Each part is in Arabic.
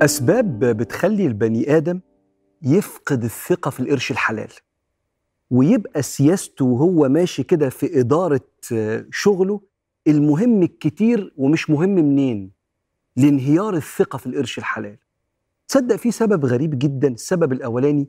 أسباب بتخلي البني آدم يفقد الثقة في القرش الحلال، ويبقى سياسته وهو ماشي كده في إدارة شغله المهم الكتير ومش مهم منين، لانهيار الثقة في القرش الحلال. تصدق في سبب غريب جدا. السبب الأولاني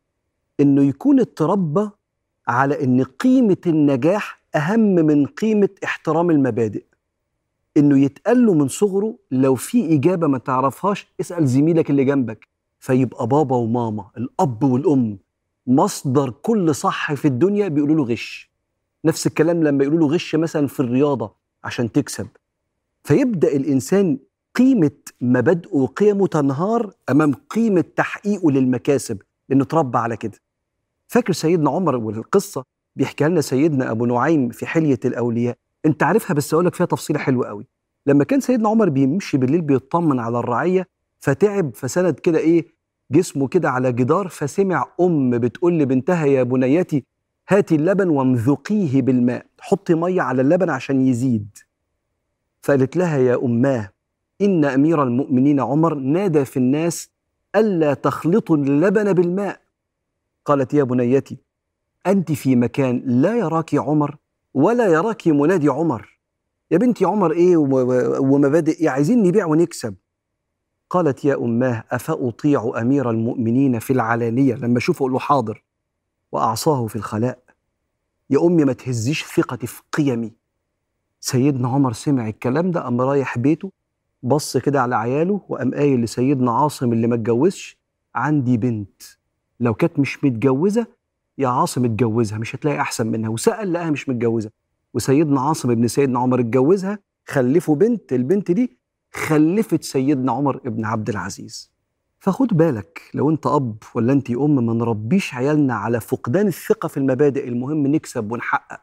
إنه يكون اتربى على إن قيمة النجاح أهم من قيمة احترام المبادئ. إنه يتقال له من صغره لو في إجابة ما تعرفهاش اسأل زميلك اللي جنبك، فيبقى بابا وماما الأب والأم مصدر كل صح في الدنيا بيقولوا له غش. نفس الكلام لما يقولوا له غش مثلا في الرياضة عشان تكسب، فيبدأ الإنسان قيمة مبادئه وقيمه تنهار أمام قيمة تحقيقه للمكاسب، لأنه اتربى على كده. فاكر سيدنا عمر والقصة بيحكي لنا سيدنا أبو نعيم في حلية الأولياء، أنت عارفها بس أقول لك فيها تفصيلة حلوة قوي. لما كان سيدنا عمر بيمشي بالليل بيطمن على الرعية، فتعب فسند كده جسمه كده على جدار، فسمع بتقول لبنتها يا بنيتي هاتي اللبن وامذقيه بالماء، حطي مية على اللبن عشان يزيد. فقالت لها يا أماه إن أمير المؤمنين عمر نادى في الناس ألا تخلطوا اللبن بالماء. قالت يا بنيتي أنت في مكان لا يراك عمر ولا يراك منادي عمر. يا بنتي عمر إيه ومبادئ إيه؟ عايزين نبيع ونكسب. قالت يا أماه أفأطيع أمير المؤمنين في العلانية لما أشوفه أقول له حاضر وأعصاه في الخلاء؟ يا أمي ما تهزيش ثقتي في قيمي. سيدنا عمر سمع الكلام ده، قام رايح بيته، بص كده على عياله وقام قايل لسيدنا عاصم اللي ما اتجوزش عندي بنت لو كانت مش متجوزة يا عاصم اتجوزها مش هتلاقي أحسن منها. وسأل لقاها مش متجوزة، وسيدنا عاصم ابن سيدنا عمر اتجوزها، خلفوا بنت، البنت دي خلفت سيدنا عمر ابن عبد العزيز. فخد بالك لو انت أب ولا انت أم ما نربيش عيالنا على فقدان الثقة في المبادئ، المهم نكسب ونحقق.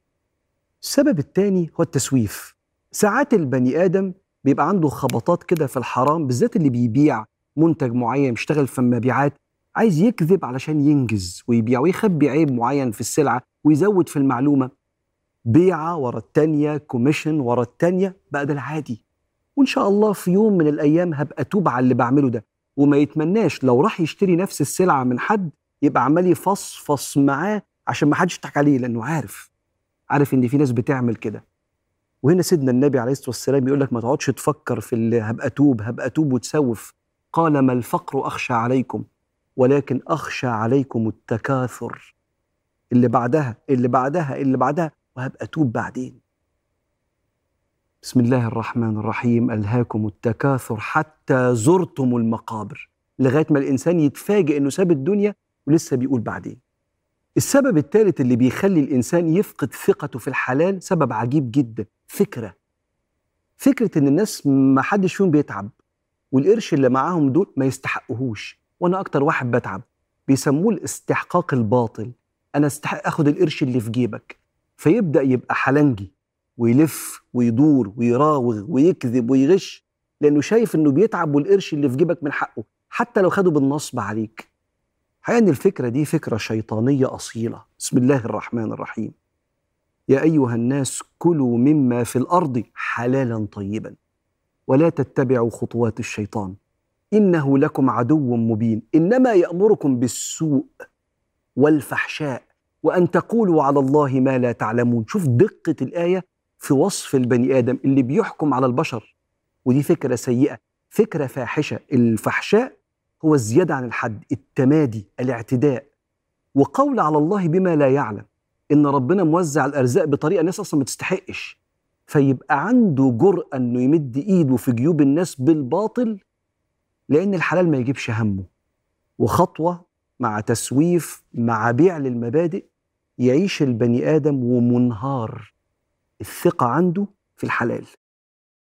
السبب الثاني هو التسويف. ساعات البني آدم بيبقى عنده خبطات كده في الحرام، بالذات اللي بيبيع منتج معين، بيشتغل في المبيعات، عايز يكذب علشان ينجز ويبيع ويخبي عيب معين في السلعة ويزود في المعلومة. بيعة ورا التانية، كوميشن ورا التانية، بقى ده العادي. وإن شاء الله في يوم من الأيام هبقى توب على اللي بعمله ده. وما يتمناش لو راح يشتري نفس السلعة من حد يبقى عمال يفصفص معاه عشان ما حدش يضحك عليه، لأنه عارف إن في ناس بتعمل كده. وهنا سيدنا النبي عليه الصلاة والسلام يقول لك ما تقعدش تفكر في اللي هبقى توب وتسوف. قال ما الفقر أخشى عليكم ولكن أخشى عليكم التكاثر، اللي بعدها اللي بعدها اللي بعدها وهبقى توب بعدين. بسم الله الرحمن الرحيم. ألهاكم التكاثر حتى زرتم المقابر، لغاية ما الإنسان يتفاجئ إنه ساب الدنيا ولسه بيقول بعدين. السبب الثالث اللي بيخلي الإنسان يفقد ثقته في الحلال سبب عجيب جدا، فكرة إن الناس ما حدش فيهم بيتعب، والقرش اللي معاهم دول ما يستحقوهوش، وأنا أكتر واحد بتعب. بيسموه الاستحقاق الباطل، أنا استحق أخد القرش اللي في جيبك. فيبدأ يبقى حلنجي ويلف ويدور ويراوغ ويكذب ويغش، لأنه شايف إنه بيتعب والقرش اللي في جيبك من حقه حتى لو خده بالنصب عليك. حقيقة إن الفكرة دي فكرة شيطانية أصيلة. بسم الله الرحمن الرحيم. يا أيها الناس كلوا مما في الأرض حلالا طيبا ولا تتبعوا خطوات الشيطان إنه لكم عدو مبين إنما يأمركم بالسوء والفحشاء وأن تقولوا على الله ما لا تعلمون. شوف دقة الآية في وصف البني آدم اللي بيحكم على البشر، ودي فكرة سيئة، فكرة فاحشة. الفحشاء هو الزيادة عن الحد، التمادي، الاعتداء، وقول على الله بما لا يعلم، إن ربنا موزع الأرزاق بطريقة الناس أصلا ما تستحقش، فيبقى عنده جرأة إنه يمد إيده في جيوب الناس بالباطل، لأن الحلال ما يجيبش همه. وخطوة مع تسويف مع بيع للمبادئ يعيش البني آدم ومنهار الثقة عنده في الحلال.